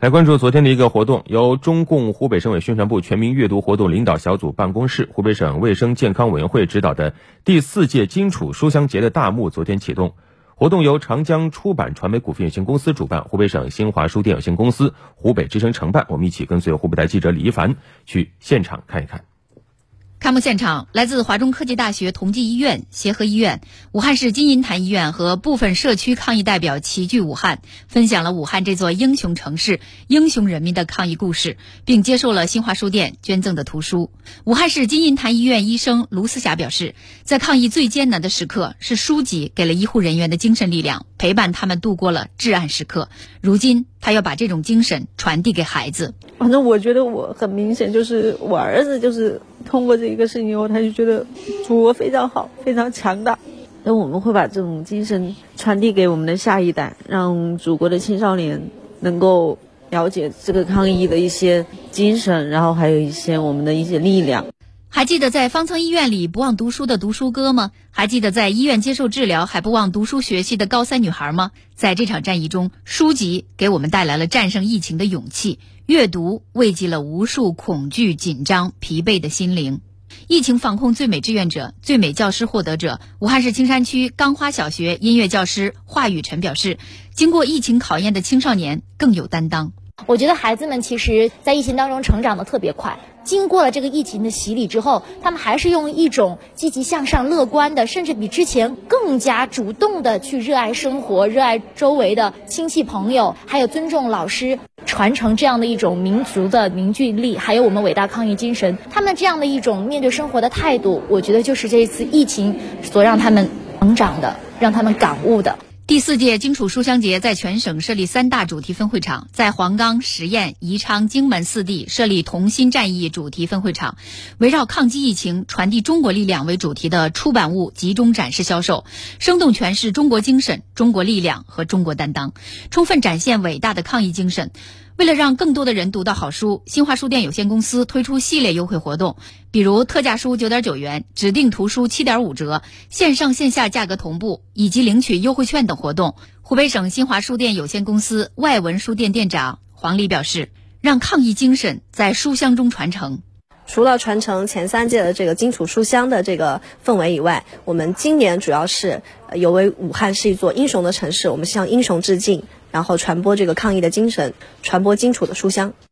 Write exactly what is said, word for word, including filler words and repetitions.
来关注昨天的一个活动，由中共湖北省委宣传部全民阅读活动领导小组办公室、湖北省卫生健康委员会指导的第四届荆楚书香节的大幕昨天启动。活动由长江出版传媒股份有限公司主办，湖北省新华书店有限公司、湖北之声承办。我们一起跟随湖北台记者李一凡去现场看一看。 开幕现场，来自华中科技大学同济医院、协和医院、武汉市金银潭医院和部分社区抗疫代表齐聚武汉，分享了武汉这座英雄城市、英雄人民的抗疫故事，并接受了新华书店捐赠的图书。武汉市金银潭医院医生卢思霞表示，在抗疫最艰难的时刻，是书籍给了医护人员的精神力量，陪伴他们度过了至暗时刻。如今，他要把这种精神传递给孩子。 反正我觉得我很明显，就是我儿子就是通过这一个事情以后，他就觉得祖国非常好，非常强大。那我们会把这种精神传递给我们的下一代，让祖国的青少年能够了解这个抗疫的一些精神，然后还有一些我们的一些力量。 还记得在方舱医院里不忘读书的读书哥吗？还记得在医院接受治疗还不忘读书学习的高三女孩吗？在这场战役中，书籍给我们带来了战胜疫情的勇气，阅读慰藉了无数恐惧、紧张、疲惫的心灵。疫情防控最美志愿者、最美教师获得者，武汉市青山区钢花小学音乐教师华雨辰表示，经过疫情考验的青少年更有担当。 我觉得孩子们其实在疫情当中成长的特别快，经过了这个疫情的洗礼之后，他们还是用一种积极向上、乐观的，甚至比之前更加主动的去热爱生活、热爱周围的亲戚朋友，还有尊重老师，传承这样的一种民族的凝聚力，还有我们伟大抗疫精神。他们这样的一种面对生活的态度，我觉得就是这一次疫情所让他们成长的，让他们感悟的。 第四届荆楚书香节在全省设立三大主题分会场，在黄冈、十堰、宜昌、荆门四地设立同心战役主题分会场，围绕抗击疫情、传递中国力量为主题的出版物集中展示销售，生动诠释中国精神、中国力量和中国担当，充分展现伟大的抗疫精神。为了让更多的人读到好书，新华书店有限公司推出系列优惠活动，比如特价书 九点九元，指定图书 七点五折，线上线下价格同步，以及领取优惠券等活动。湖北省新华书店有限公司外文书店店长黄丽表示，让抗疫精神在书香中传承。 除了传承前三届的这个荆楚书香的这个氛围以外，我们今年主要是有为武汉是一座英雄的城市，我们向英雄致敬，然后传播这个抗疫的精神，传播荆楚的书香。